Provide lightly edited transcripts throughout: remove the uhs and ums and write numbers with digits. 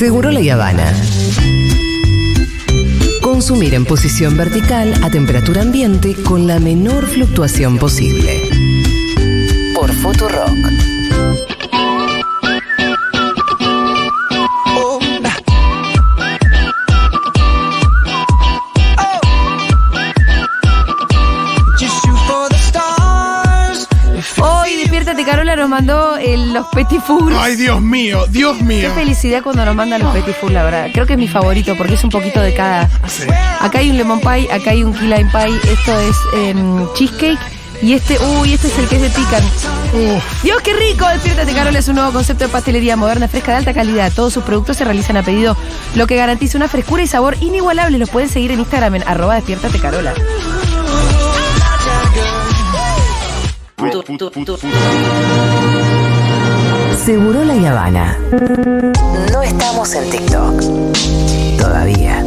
Segurola y Habana. Consumir en posición vertical a temperatura ambiente con la menor fluctuación posible. Por Futurock. Carola nos mandó los Petit Fours. Ay, Dios mío, Dios mío. Qué felicidad cuando nos mandan los Petit Fours, la verdad. Creo que es mi favorito porque es un poquito de cada. Sí. Acá hay un lemon pie, acá hay un key lime pie. Esto es cheesecake. Y este es el que es de pican. Dios, qué rico. Despiértate, Carola es un nuevo concepto de pastelería moderna, fresca, de alta calidad. Todos sus productos se realizan a pedido, lo que garantiza una frescura y sabor inigualable. Los pueden seguir en Instagram en @despiértate Carola. Segurola y Habana. No estamos en TikTok. Todavía.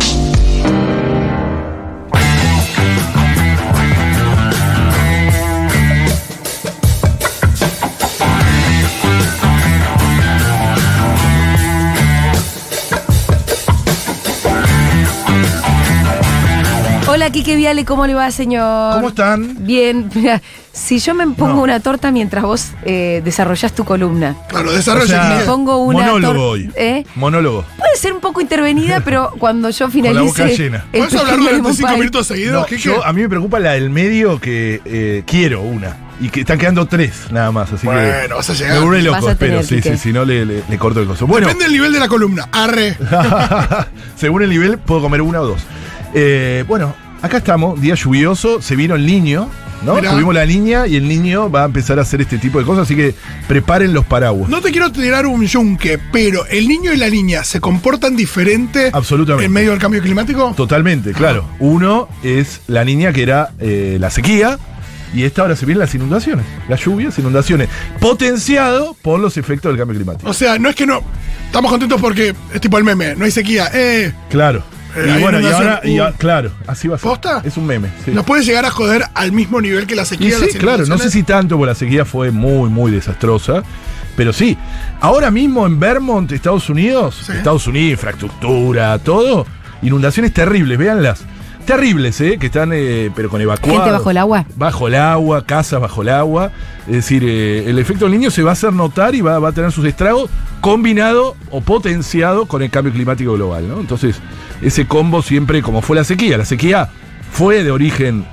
Hola, Quique Viale, ¿cómo le va, señor? ¿Cómo están? Bien, mira, si yo me pongo una torta mientras vos desarrollás tu columna. Claro, desarrollo. O sea, Me pongo una monólogo hoy. Monólogo. Puede ser un poco intervenida, pero cuando yo finalice. Con la boca llena. el ¿Puedes hablar pequeño durante lemon 5 pie. minutos seguidos? No, a mí me preocupa la del medio que quiero una. Y que están quedando 3 nada más. Así Bueno, vas a que llegar. me volveré Vas loco, a tener, espero. Quique. Si no le corto el coso. Bueno, Depende del nivel de la columna. Arre. según el nivel puedo comer una o dos. Bueno, acá estamos, día lluvioso, se vino el niño, ¿no? Mirá. Tuvimos la niña y el niño va a empezar a hacer este tipo de cosas, así que preparen los paraguas. No te quiero tirar un yunque, pero ¿el niño y la niña se comportan diferente Absolutamente. en medio del cambio climático? Totalmente, claro. Uno es la niña que era la sequía, y esta ahora se vienen las inundaciones, las lluvias, inundaciones, potenciado por los efectos del cambio climático. O sea, no es que no. Estamos contentos porque es tipo el meme, no hay sequía. Claro. hay Y bueno, y inundación. ahora, claro, así va a ser. ¿Posta? Es un meme. Sí. ¿Nos puede llegar a joder al mismo nivel que la Y sequía? sí, las claro, no sé inundaciones? si tanto, porque la sequía fue muy, muy desastrosa. Pero sí, ahora mismo en Vermont, Estados Unidos, infraestructura, todo, inundaciones terribles, véanlas. Terribles, que están, pero con evacuados. ¿Gente bajo el agua? Bajo el agua, casas bajo el agua. Es decir, el efecto del niño se va a hacer notar y va a tener sus estragos combinado o potenciado con el cambio climático global, ¿no? Entonces, ese combo siempre, como fue la sequía fue de origen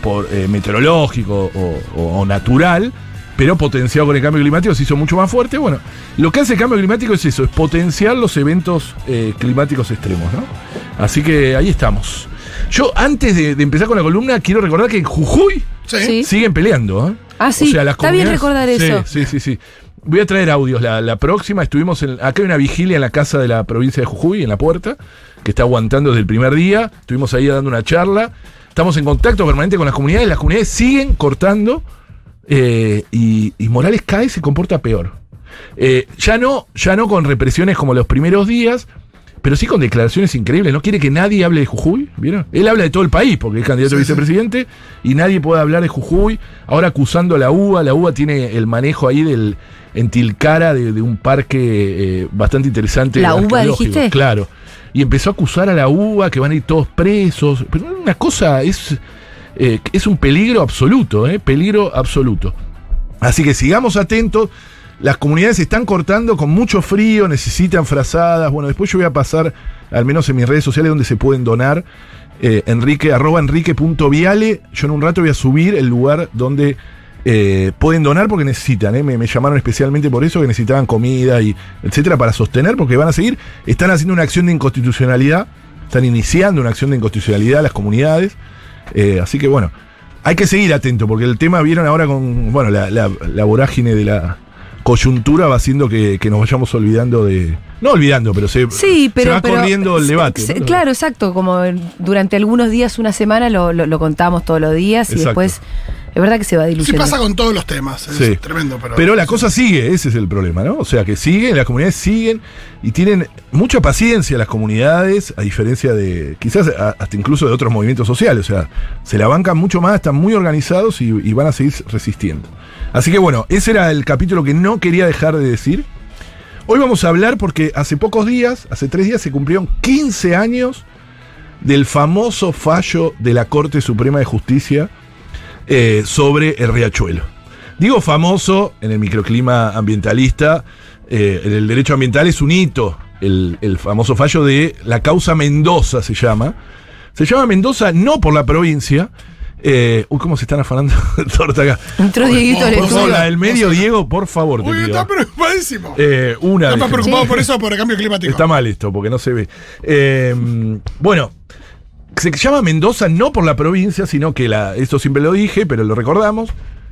meteorológico o natural, pero potenciado con el cambio climático se hizo mucho más fuerte. Bueno, lo que hace el cambio climático es eso, es potenciar los eventos climáticos extremos, ¿no? Así que ahí estamos. Yo, antes de empezar con la columna, quiero recordar que en Jujuy Sí. siguen peleando, ¿eh? Ah, sí, O sea, las está bien comunidades- recordar eso. Sí. Voy a traer audios. La próxima estuvimos acá hay una vigilia en la casa de la provincia de Jujuy, en La Puerta, que está aguantando desde el primer día. Estuvimos ahí dando una charla. Estamos en contacto permanente con las comunidades siguen cortando y Morales cada vez se comporta peor. Ya no con represiones como los primeros días, pero sí con declaraciones increíbles. No quiere que nadie hable de Jujuy, ¿vieron? Él habla de todo el país porque es candidato a vicepresidente y nadie puede hablar de Jujuy. Ahora acusando a la UBA. La UBA tiene el manejo ahí en Tilcara de un parque bastante interesante. ¿La UBA arqueológico. dijiste? Claro. Y empezó a acusar a la UBA que van a ir todos presos. Pero una cosa es un peligro absoluto, peligro absoluto. Así que sigamos atentos. Las comunidades se están cortando con mucho frío, necesitan frazadas. Bueno, después yo voy a pasar, al menos en mis redes sociales, donde se pueden donar. @enrique.viale. Yo en un rato voy a subir el lugar donde pueden donar porque necesitan. Me llamaron especialmente por eso, que necesitaban comida y etcétera para sostener, porque van a seguir. Están haciendo una acción de inconstitucionalidad. Están iniciando una acción de inconstitucionalidad las comunidades. Así que bueno, hay que seguir atento, porque el tema vieron ahora con la vorágine de la coyuntura va haciendo que nos vayamos olvidando de... No olvidando, pero se va corriendo el debate, ¿no? Claro, exacto. Como durante algunos días, una semana, lo contamos todos los días y Exacto. después es verdad que se va Sí diluyendo. pasa con todos los temas. Es Sí. tremendo. Pero la cosa sigue, ese es el problema, ¿no? O sea, que siguen, las comunidades siguen y tienen mucha paciencia las comunidades, a diferencia de, quizás hasta incluso de otros movimientos sociales. O sea, se la bancan mucho más, están muy organizados y van a seguir resistiendo. Así que bueno, ese era el capítulo que no quería dejar de decir. Hoy vamos a hablar porque hace 3 días, se cumplieron 15 años del famoso fallo de la Corte Suprema de Justicia sobre el riachuelo. Digo famoso en el microclima ambientalista, el derecho ambiental es un hito, el famoso fallo de la causa Mendoza se llama. Se llama Mendoza no por la provincia. ¿Cómo se están afanando de torta acá? Entró Dieguito del estudio. Hola, del medio, Diego, por favor. Uy, está preocupadísimo. Está más preocupado por eso, por el cambio climático. Está mal esto, porque no se ve. Bueno, se llama Mendoza no por la provincia, sino que esto siempre lo dije, pero lo recordamos.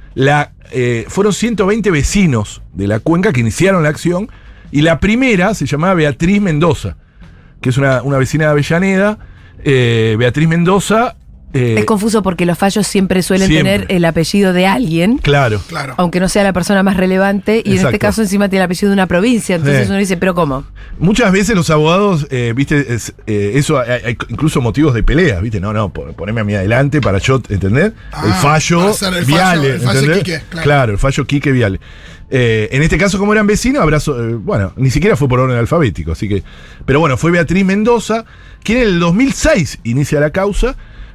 Fueron 120 vecinos de la cuenca que iniciaron la acción, y la primera se llamaba Beatriz Mendoza, que es una vecina de Avellaneda. Beatriz Mendoza. Es confuso porque los fallos siempre suelen tener el apellido de alguien. Claro. Aunque no sea la persona más relevante. Y Exacto. en este caso encima tiene el apellido de una provincia. Entonces uno dice, ¿pero cómo? Muchas veces los abogados, viste, eso hay incluso motivos de pelea, viste, no, poneme a mí adelante para yo, ¿entendés? El fallo Viale, el fallo Quique, claro, el fallo Quique Viale. En este caso, como eran vecinos, ni siquiera fue por orden alfabético, así que. Pero bueno, fue Beatriz Mendoza, quien en el 2006 inicia la causa.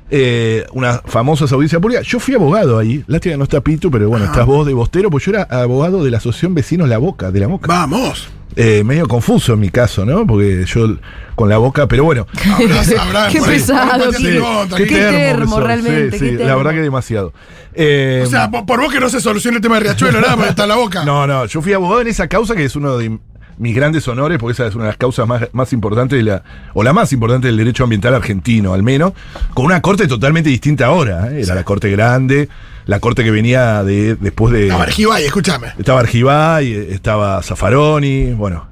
Una famosa audiencia pública. Yo fui abogado ahí. Lástima que no está Pitu, pero bueno, estás vos de Bostero, pues yo era abogado de la Asociación Vecinos de la Boca. ¡Vamos! Medio confuso en mi caso, ¿no? Porque yo con la Boca, pero bueno. Qué pesado, qué termo, realmente. Sí, la verdad que demasiado. O sea, por vos que no se solucione el tema de Riachuelo, nada, porque está en la Boca. No, yo fui abogado en esa causa que es uno de mis grandes honores, porque esa es una de las causas más importantes la más importante del derecho ambiental argentino, al menos, con una corte totalmente distinta ahora. Era la corte grande, la corte que venía después de. Estaba Argibay, escúchame. Estaba Argibay, estaba Zaffaroni, bueno,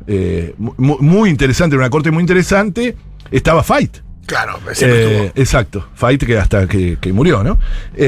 muy interesante, una corte muy interesante. Estaba Fait. Claro, siempre estuvo. Exacto, Fait que hasta que murió, ¿no?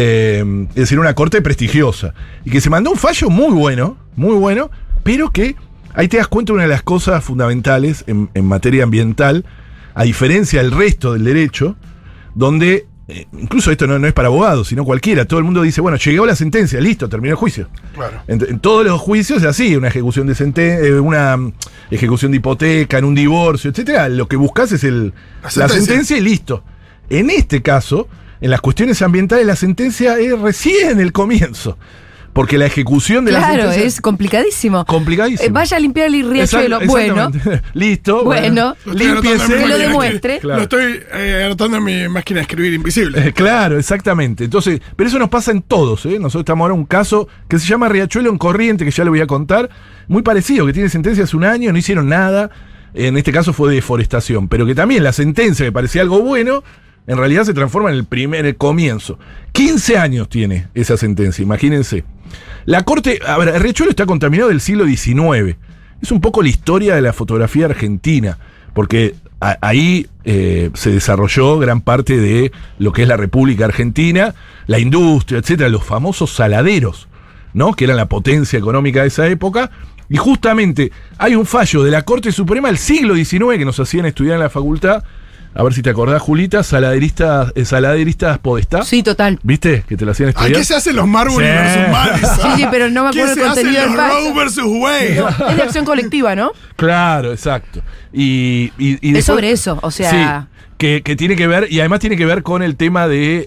Es decir, una corte prestigiosa. Y que se mandó un fallo muy bueno, pero que. Ahí te das cuenta de una de las cosas fundamentales en materia ambiental, a diferencia del resto del derecho, donde, incluso esto no es para abogados, sino cualquiera, todo el mundo dice, bueno, llegó la sentencia, listo, terminó el juicio. Claro. En todos los juicios es así, una ejecución de una ejecución de hipoteca, en un divorcio, etcétera. Lo que buscas es la sentencia y listo. En este caso, en las cuestiones ambientales, la sentencia es recién el comienzo. Porque la ejecución de la sentencia... Claro, es complicadísimo. Vaya a limpiar el riachuelo. Bueno. Listo. Bueno. Límpiese. Que lo demuestre. Claro. Lo estoy anotando en mi máquina de escribir invisible. Claro, exactamente. Entonces, pero eso nos pasa en todos, ¿eh? Nosotros estamos ahora en un caso que se llama Riachuelo en Corriente, que ya le voy a contar. Muy parecido, que tiene sentencia hace un año, no hicieron nada. En este caso fue de deforestación. Pero que también la sentencia, que parecía algo bueno, en realidad se transforma en el comienzo. 15 años tiene esa sentencia, imagínense. La corte, el riachuelo está contaminado del siglo XIX. Es un poco la historia de la fotografía argentina, porque ahí se desarrolló gran parte de lo que es la República Argentina, la industria, etcétera, los famosos saladeros, ¿no? Que eran la potencia económica de esa época. Y justamente hay un fallo de la Corte Suprema del siglo XIX que nos hacían estudiar en la facultad. A ver si te acordás, Julita, saladeristas Podestá. Sí, total. ¿Viste? Que te lo hacían estudiar. ¿Qué se hacen los Marbury versus Madison? Sí, pero no me acuerdo el contenido del fallo. Roe versus Wade. Es de acción colectiva, ¿no? Claro, exacto. Y es después, sobre eso, o sea... Sí, que tiene que ver, y además tiene que ver con el tema de...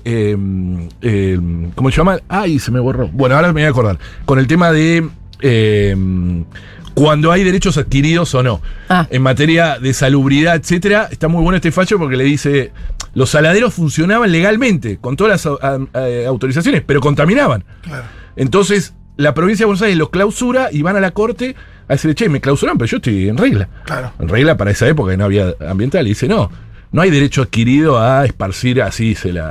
¿cómo se llama? Ay, se me borró. Bueno, ahora me voy a acordar. Con el tema de... cuando hay derechos adquiridos o no. En materia de salubridad, etcétera, está muy bueno este fallo porque le dice, los saladeros funcionaban legalmente, con todas las autorizaciones, pero contaminaban. Claro. Entonces, la provincia de Buenos Aires los clausura y van a la corte a decirle, che, me clausuran, pero yo estoy en regla. Claro. En regla para esa época que no había ambiental. Y dice, no hay derecho adquirido a esparcir así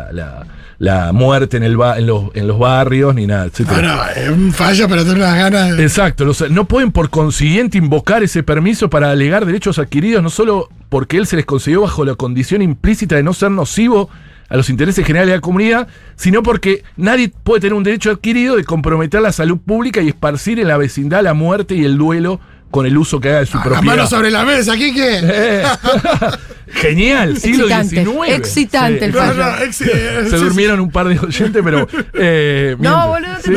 la muerte en los barrios, ni nada, etcétera. Es un fallo, pero tengo unas ganas. Exacto, no pueden por consiguiente invocar ese permiso para alegar derechos adquiridos, no solo porque él se les concedió bajo la condición implícita de no ser nocivo a los intereses generales de la comunidad, sino porque nadie puede tener un derecho adquirido de comprometer la salud pública y esparcir en la vecindad la muerte y el duelo con el uso que haga de su propiedad. Las manos sobre la mesa, Quique. Genial, siglo Excitante, XIX. excitante el fallo. Se durmieron un par de oyentes, pero. No, boludo, ¿Sí?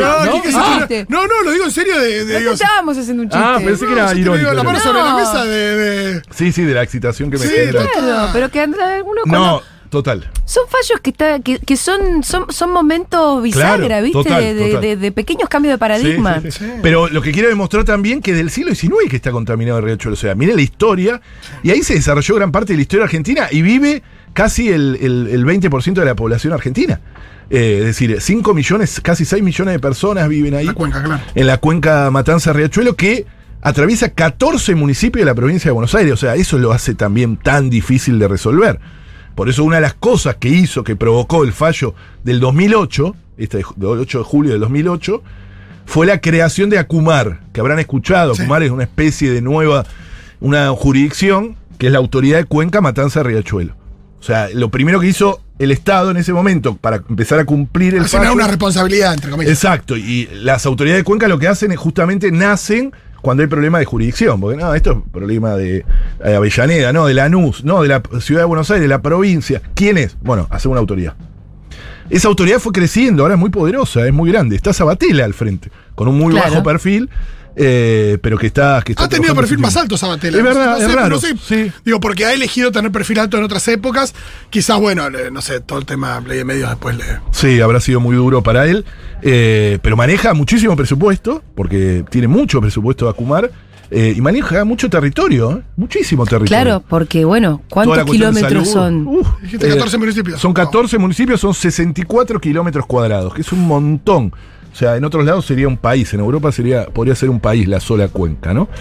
No, lo digo en serio. No estábamos haciendo un chiste. Pensé que era irónico. La mano sobre la mesa de... Sí, de la excitación que me Sí, genera. Claro, pero que alguno No, total. son fallos que son momentos bisagra, Claro, ¿viste? total. De pequeños cambios de paradigma. Sí. Pero lo que quiero demostrar también que del siglo XIX que está contaminado el riachuelo. O sea, mire la historia, y ahí se desarrolló gran parte de la historia argentina y vive casi el 20% de la población argentina. Es decir, 5 millones, casi 6 millones de personas viven ahí. La cuenca, claro. En la cuenca Matanza-Riachuelo, que atraviesa 14 municipios de la provincia de Buenos Aires. O sea, eso lo hace también tan difícil de resolver. Por eso una de las cosas que provocó el fallo del 2008, del 8 de julio del 2008, fue la creación de ACUMAR, que habrán escuchado. Sí. ACUMAR es una especie de una jurisdicción que es la autoridad de Cuenca Matanza-Riachuelo. O sea, lo primero que hizo el Estado en ese momento para empezar a cumplir el Asignar fallo. una responsabilidad, entre comillas. Exacto, y las autoridades de Cuenca lo que hacen es justamente nacen cuando hay problema de jurisdicción, porque no, esto es problema de Avellaneda, no, de Lanús, no, de la ciudad de Buenos Aires, de la provincia. ¿Quién es? Bueno, hace una autoridad. Esa autoridad fue creciendo, ahora es muy poderosa, es muy grande. Está Sabatella al frente, con un muy bajo perfil, pero que está ha tenido perfil más alto Sabatella. Es verdad, es raro. No sé, sí. Digo, porque ha elegido tener perfil alto en otras épocas. Quizás, bueno, no sé, todo el tema ley de medios después le... Sí, habrá sido muy duro para él, pero maneja muchísimo presupuesto, porque tiene mucho presupuesto de ACUMAR, y maneja mucho territorio, muchísimo territorio. Claro, porque bueno, ¿cuántos kilómetros son? Dijiste 14 municipios. Son 14 municipios, son 64 kilómetros cuadrados, que es un montón. O sea, en otros lados sería un país, en Europa podría ser un país la sola cuenca, ¿no?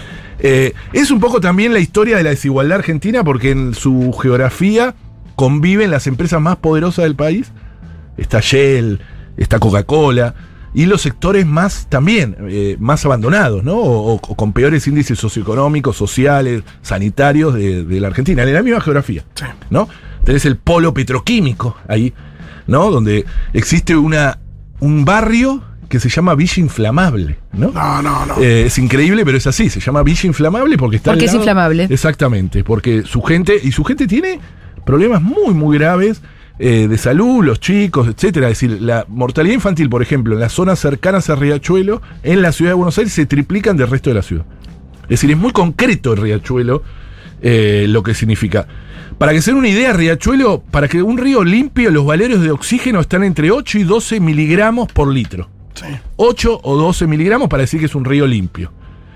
Es un poco también la historia de la desigualdad argentina, porque en su geografía conviven las empresas más poderosas del país. Está Shell, está Coca-Cola, y los sectores más también, más abandonados, ¿no? O con peores índices socioeconómicos, sociales, sanitarios de la Argentina, en la misma geografía, Sí. ¿no? Tenés el polo petroquímico ahí, ¿no? Donde existe un barrio que se llama Villa Inflamable, ¿no? No. Es increíble, pero es así, se llama Villa Inflamable porque está Porque al es lado- inflamable. Exactamente, porque su gente tiene problemas muy, muy graves de salud, los chicos, etcétera. Es decir, la mortalidad infantil, por ejemplo, en las zonas cercanas a Riachuelo, en la ciudad de Buenos Aires, se triplican del resto de la ciudad. Es decir, es muy concreto el Riachuelo lo que significa. Para que se den una idea, Riachuelo, para que un río limpio, los valores de oxígeno están entre 8 y 12 miligramos por litro. Sí. 8 o 12 miligramos para decir que es un río limpio.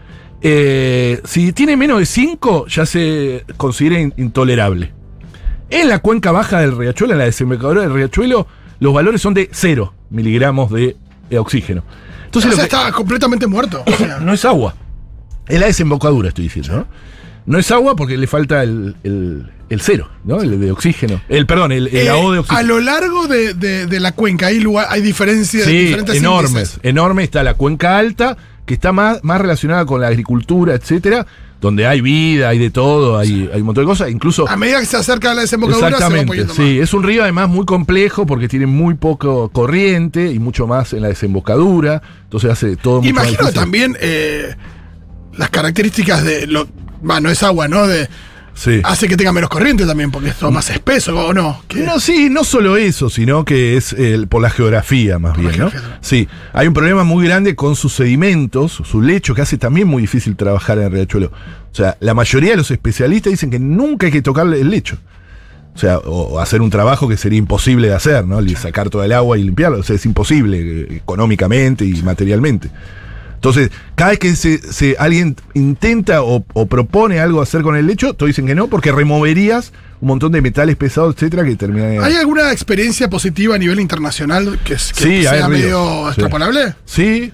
Si tiene menos de 5, ya se considera intolerable. En la cuenca baja del Riachuelo, en la desembocadura del Riachuelo, los valores son de 0 miligramos de oxígeno. Entonces, O sea, está completamente muerto. O sea, no es agua. Es la desembocadura, estoy diciendo, ¿no? No es agua porque le falta el 0, ¿no? El de oxígeno. El O de oxígeno. a lo largo de la cuenca hay diferencias, Sí, diferentes enormes. índices. Enorme está la cuenca alta, que está más relacionada con la agricultura, etcétera, donde hay vida, hay de todo, hay un montón de cosas, incluso... A medida que se acerca a la desembocadura se va Exactamente, poniendo sí, es un río además muy complejo porque tiene muy poco corriente y mucho más en la desembocadura, entonces hace todo mucho más Imagino difícil. también las características de no es agua, ¿no? Sí. Hace que tenga menos corriente también, porque es todo más espeso, ¿o no? ¿Qué? No, sí, no solo eso, sino que es por la geografía más Por la bien, ¿no? geografía. Sí, hay un problema muy grande con sus sedimentos, su lecho, que hace también muy difícil trabajar en el Riachuelo. O sea, la mayoría de los especialistas dicen que nunca hay que tocarle el lecho. O sea, o hacer un trabajo que sería imposible de hacer, ¿no? Sacar toda el agua y limpiarlo. O sea, es imposible económicamente y materialmente. Entonces, cada vez que alguien intenta o propone algo hacer con el lecho, todos dicen que no, porque removerías un montón de metales pesados, etcétera, que terminan en... ¿Hay alguna experiencia positiva a nivel internaal que Sí, hay sea ríos, medio sí. extrapolable? Sí.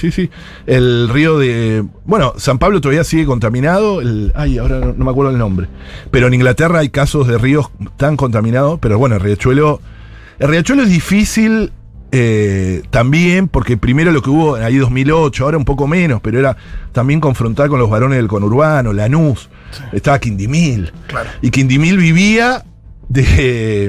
El río de... Bueno, San Pablo todavía sigue contaminado. Ahora no me acuerdo el nombre. Pero en Inglaterra hay casos de ríos tan contaminados. Pero bueno, el Riachuelo es difícil también porque primero lo que hubo ahí 2008, ahora un poco menos, pero era también confrontar con los varones del conurbano, Lanús. Sí. Estaba Quindimil. Claro. Y Quindimil vivía de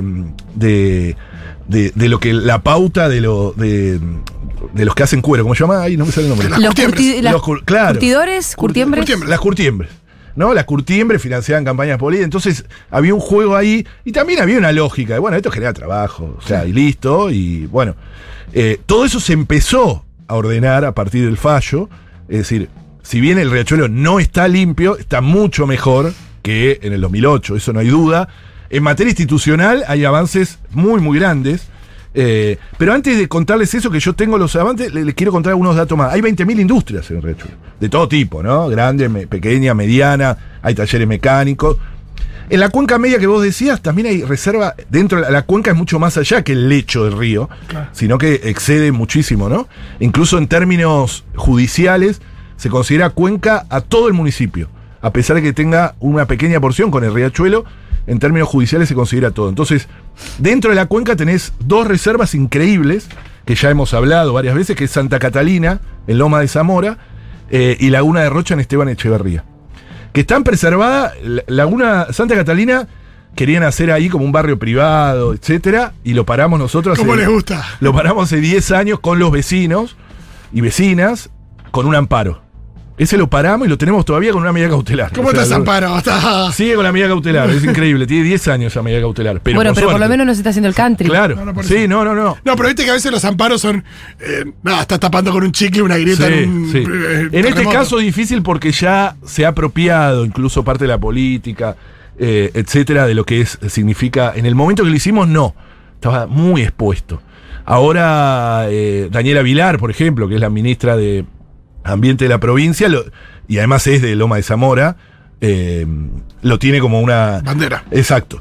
lo que la pauta de los que hacen cuero, ¿cómo se llama? Ahí no me sale el nombre. Las curtiembres. Claro. Curtidores, curtiembres. Curtiembres. Las curtiembres. ¿no? La curtiembre financiaban campañas políticas, entonces había un juego ahí y también había una lógica de, bueno, esto genera trabajo, o sea, y listo, y bueno, todo eso se empezó a ordenar a partir del fallo, es decir, si bien el riachuelo no está limpio, está mucho mejor que en el 2008, eso no hay duda. En materia institucional hay avances muy, muy grandes. Pero antes de contarles eso, que yo tengo los avances, les quiero contar algunos datos más. Hay 20.000 industrias en Riachuelo, de todo tipo, ¿no? Grande, pequeña, mediana, hay talleres mecánicos. En la cuenca media que vos decías, también hay reserva. Dentro de la cuenca es mucho más allá que el lecho del río, claro, sino que excede muchísimo, ¿no? Incluso en términos judiciales, se considera cuenca a todo el municipio, a pesar de que tenga una pequeña porción con el riachuelo. En términos judiciales se considera todo. Entonces, dentro de la cuenca tenés dos reservas increíbles, que ya hemos hablado varias veces, que es Santa Catalina, en Loma de Zamora, y Laguna de Rocha en Esteban Echeverría. Que están preservadas. Laguna Santa Catalina querían hacer ahí como un barrio privado, etcétera, y lo paramos nosotros. ¿Cómo les gusta? Lo paramos hace 10 años con los vecinos y vecinas, con un amparo. Ese lo paramos y lo tenemos todavía con una medida cautelar. ¿Cómo está ese amparo? Sigue con la medida cautelar, es increíble. Tiene 10 años esa medida cautelar. Pero bueno, pero por lo menos no se está haciendo el country. Claro. Sí, no. No, pero viste que a veces los amparos son. Estás tapando con un chicle una grieta sí, en un. Sí. En este caso difícil porque ya se ha apropiado incluso parte de la política, etcétera, de lo que significa. En el momento que lo hicimos, no. Estaba muy expuesto. Ahora, Daniela Vilar, por ejemplo, que es la ministra de Ambiente de la provincia, y además es de Loma de Zamora, lo tiene como una bandera. Exacto.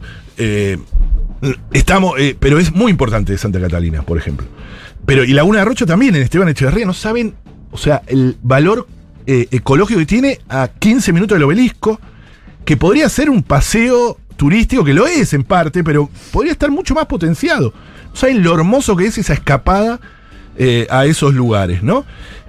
Pero es muy importante de Santa Catalina, por ejemplo. Y Laguna de Rocha también, en Esteban Echeverría, no saben, o sea, el valor ecológico que tiene a 15 minutos del obelisco, que podría ser un paseo turístico, que lo es en parte, pero podría estar mucho más potenciado. No saben lo hermoso que es esa escapada a esos lugares, ¿no?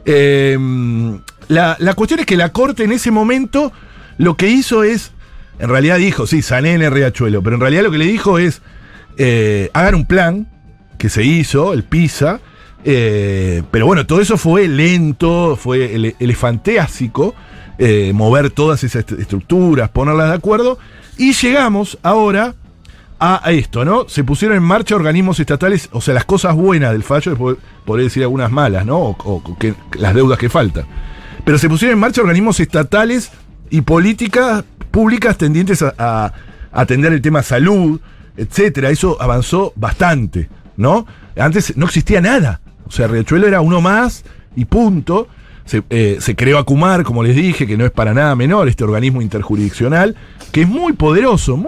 La cuestión es que la Corte en ese momento lo que hizo es, en realidad dijo, sí, sané en el riachuelo, pero en realidad lo que le dijo es, hagan un plan, que se hizo, el PISA, pero bueno, todo eso fue lento, fue elefanteásico, mover todas esas estructuras, ponerlas de acuerdo, y llegamos ahora a esto, ¿no? Se pusieron en marcha organismos estatales, o sea, las cosas buenas del fallo, después podría decir algunas malas, ¿no? O que las deudas que faltan. Pero se pusieron en marcha organismos estatales y políticas públicas tendientes a atender el tema salud, etcétera. Eso avanzó bastante, ¿no? Antes no existía nada. O sea, Riachuelo era uno más y punto. Se creó Acumar, como les dije, que no es para nada menor, este organismo interjurisdiccional, que es muy poderoso,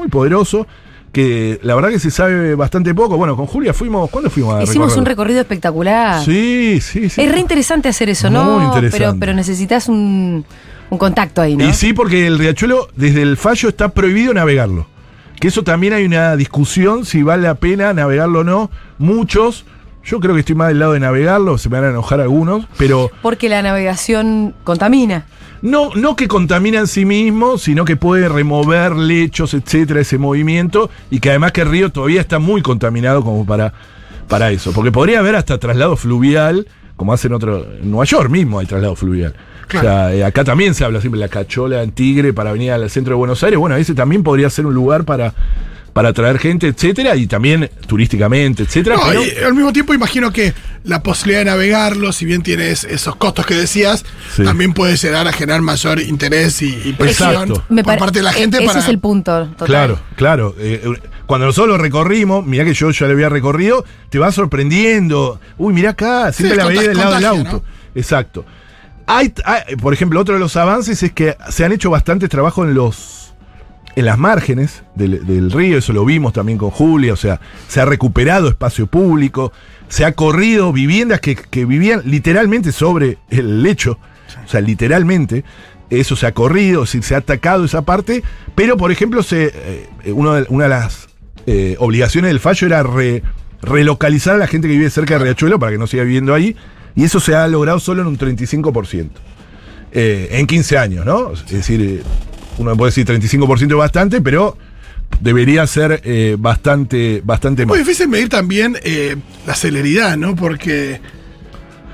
que la verdad que se sabe bastante poco. Bueno, con Julia ¿cuándo fuimos a Hicimos un recorrido espectacular. Sí. Es re interesante hacer eso, ¿no? Muy interesante. Pero necesitas un contacto ahí, ¿no? Y sí, porque el riachuelo, desde el fallo, está prohibido navegarlo. Que eso también hay una discusión si vale la pena navegarlo o no. Muchos, yo creo que estoy más del lado de navegarlo, se me van a enojar algunos, pero... Porque la navegación contamina. No que contamina en sí mismo, sino que puede remover lechos, etcétera, ese movimiento, y que además que el río todavía está muy contaminado como para eso. Porque podría haber hasta traslado fluvial, como hacen en Nueva York mismo hay traslado fluvial. Claro. O sea, acá también se habla siempre de la Cachola en Tigre para venir al centro de Buenos Aires. Bueno, ese también podría ser un lugar para traer gente, etcétera, y también turísticamente, etcétera. No, pero... y al mismo tiempo imagino que la posibilidad de navegarlo, si bien tienes esos costos que decías, sí, también puede llegar a generar mayor interés y presión por parte de la gente. Ese es el punto, total. Claro. Cuando nosotros lo recorrimos, mirá que yo ya lo había recorrido, te va sorprendiendo. Uy, mirá acá, siempre la veía del lado del auto. ¿No? Exacto. Hay, por ejemplo, otro de los avances es que se han hecho bastantes trabajos en las márgenes del río, eso lo vimos también con Julia, o sea, se ha recuperado espacio público, se ha corrido viviendas que vivían literalmente sobre el lecho, o sea, literalmente, eso se ha corrido, se ha atacado esa parte, pero por ejemplo, una de las obligaciones del fallo era relocalizar a la gente que vive cerca de Riachuelo para que no siga viviendo ahí, y eso se ha logrado solo en un 35%, en 15 años, ¿no? Es decir... Uno puede decir 35% es bastante, pero debería ser bastante más. Es muy difícil medir también la celeridad, ¿no? Porque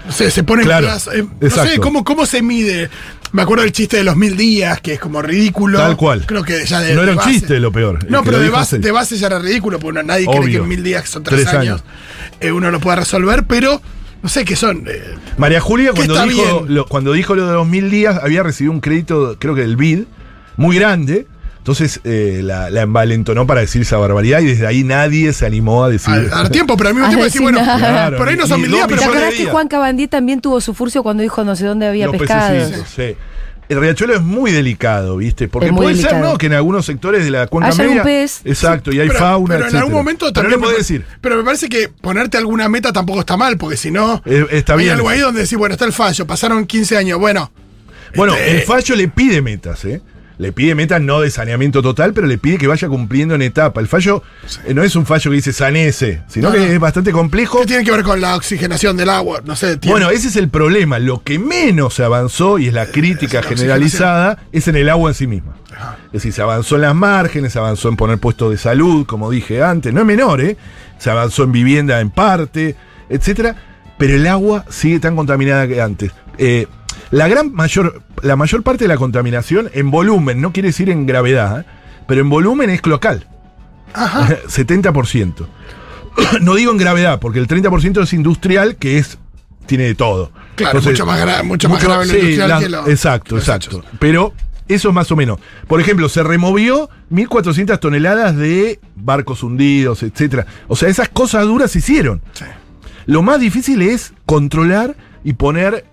No sé, se pone Claro, no sé cómo se mide. Me acuerdo del chiste de los 1000 días, que es como ridículo. Tal cual. Creo que ya no era un chiste lo peor. No, pero de base ya era ridículo, porque nadie cree que en 1000 días, que son 3 años, uno lo pueda resolver, pero no sé qué son. María Julia, cuando dijo lo de los 1000 días, había recibido un crédito, creo que del BID, muy grande. Entonces la envalentonó para decir esa barbaridad y desde ahí nadie se animó a decir. A dar tiempo, pero al mismo tiempo decir, bueno, claro, por ahí no son 1000 días, pero ¿te por acordás que Juan Cabandier también tuvo su furcio cuando dijo no sé dónde había los pescado? Pececitos, sí. El riachuelo es muy delicado, ¿viste? Porque puede ser, ¿no? Que en algunos sectores de la cuenca media. Pez. Exacto, y hay fauna, pero en algún momento también. Pero no puede decir. Pero me parece que ponerte alguna meta tampoco está mal, porque si no. Está bien. Hay algo ahí donde decir, bueno, está el fallo, pasaron 15 años, bueno. Bueno, el fallo le pide metas, ¿eh? Le pide metas no de saneamiento total, pero le pide que vaya cumpliendo en etapa. El fallo no es un fallo que dice sanece, sino que es bastante complejo. ¿Qué tiene que ver con la oxigenación del agua? No sé. Bueno, ese es el problema. Lo que menos se avanzó, y es la crítica generalizada, es en el agua en sí misma. Ajá. Es decir, se avanzó en las márgenes, se avanzó en poner puestos de salud, como dije antes. No es menor, ¿eh? Se avanzó en vivienda en etcétera. Pero el agua sigue tan contaminada que antes. La mayor parte de la contaminación en volumen, no quiere decir en gravedad, pero en volumen es cloacal. Ajá. 70%. No digo en gravedad, porque el 30% es industrial, que tiene de todo. Claro, entonces, mucho más grave lo industrial que lo. Exacto. Pero eso es más o menos. Por ejemplo, se removió 1.400 toneladas de barcos hundidos, etcétera. O sea, esas cosas duras se hicieron. Sí. Lo más difícil es controlar y poner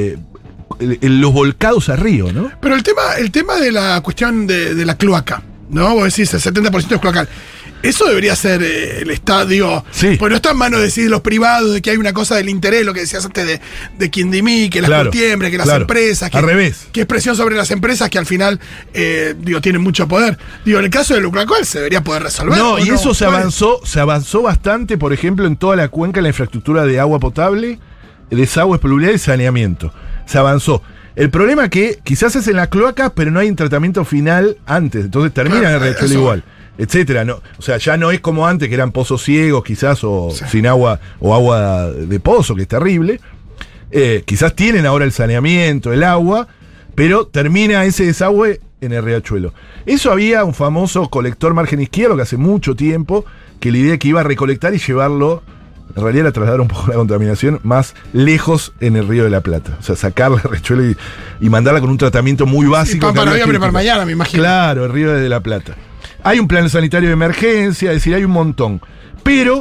los volcados a río, ¿no? Pero el tema de la cuestión de la cloaca, ¿no? Vos decís, el 70% es cloacal. Eso debería ser el Estado, sí. Pues no está en manos de los privados, de que hay una cosa del interés, lo que decías antes de Quindimí, que las curtiembres, que las empresas, al revés. Que es presión sobre las empresas que al final, tienen mucho poder. En el caso de Luclacual se debería poder resolver. No, y eso se avanzó bastante, por ejemplo, en toda la cuenca, en la infraestructura de agua potable, desagües pluviales y saneamiento. Se avanzó. El problema es que quizás es en la cloaca, pero no hay un tratamiento final antes. Entonces termina el riachuelo igual, etcétera. No, o sea, ya no es como antes, que eran pozos ciegos, quizás, o sin agua, o agua de pozo, que es terrible. Quizás tienen ahora el saneamiento, el agua, pero termina ese desagüe en el riachuelo. Eso había un famoso colector margen izquierdo que hace mucho tiempo, que la idea que iba a recolectar y llevarlo. En realidad era trasladar un poco la contaminación más lejos en el Río de la Plata. O sea, sacarla del riachuelo y mandarla con un tratamiento muy básico. Para noviembre, para mañana, me imagino. Claro, el Río de la Plata. Hay un plan sanitario de emergencia, es decir, hay un montón. Pero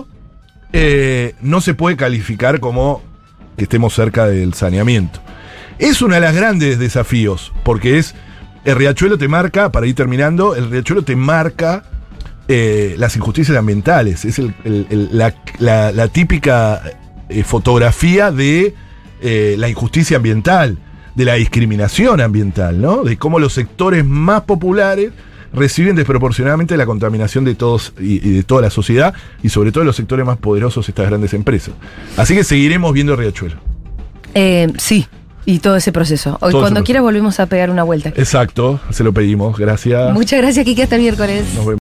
no se puede calificar como que estemos cerca del saneamiento. Es uno de los grandes desafíos, porque el riachuelo te marca, para ir terminando, el riachuelo te marca las injusticias ambientales. Es la típica fotografía de la injusticia ambiental, de la discriminación ambiental, ¿no? De cómo los sectores más populares reciben desproporcionadamente la contaminación de todos y de toda la sociedad, y sobre todo los sectores más poderosos, estas grandes empresas. Así que seguiremos viendo riachuelo. Sí. Y todo ese proceso. Hoy, cuando quieras, volvemos a pegar una vuelta. Exacto, se lo pedimos. Gracias. Muchas gracias, Kiki. Hasta el miércoles. Nos vemos.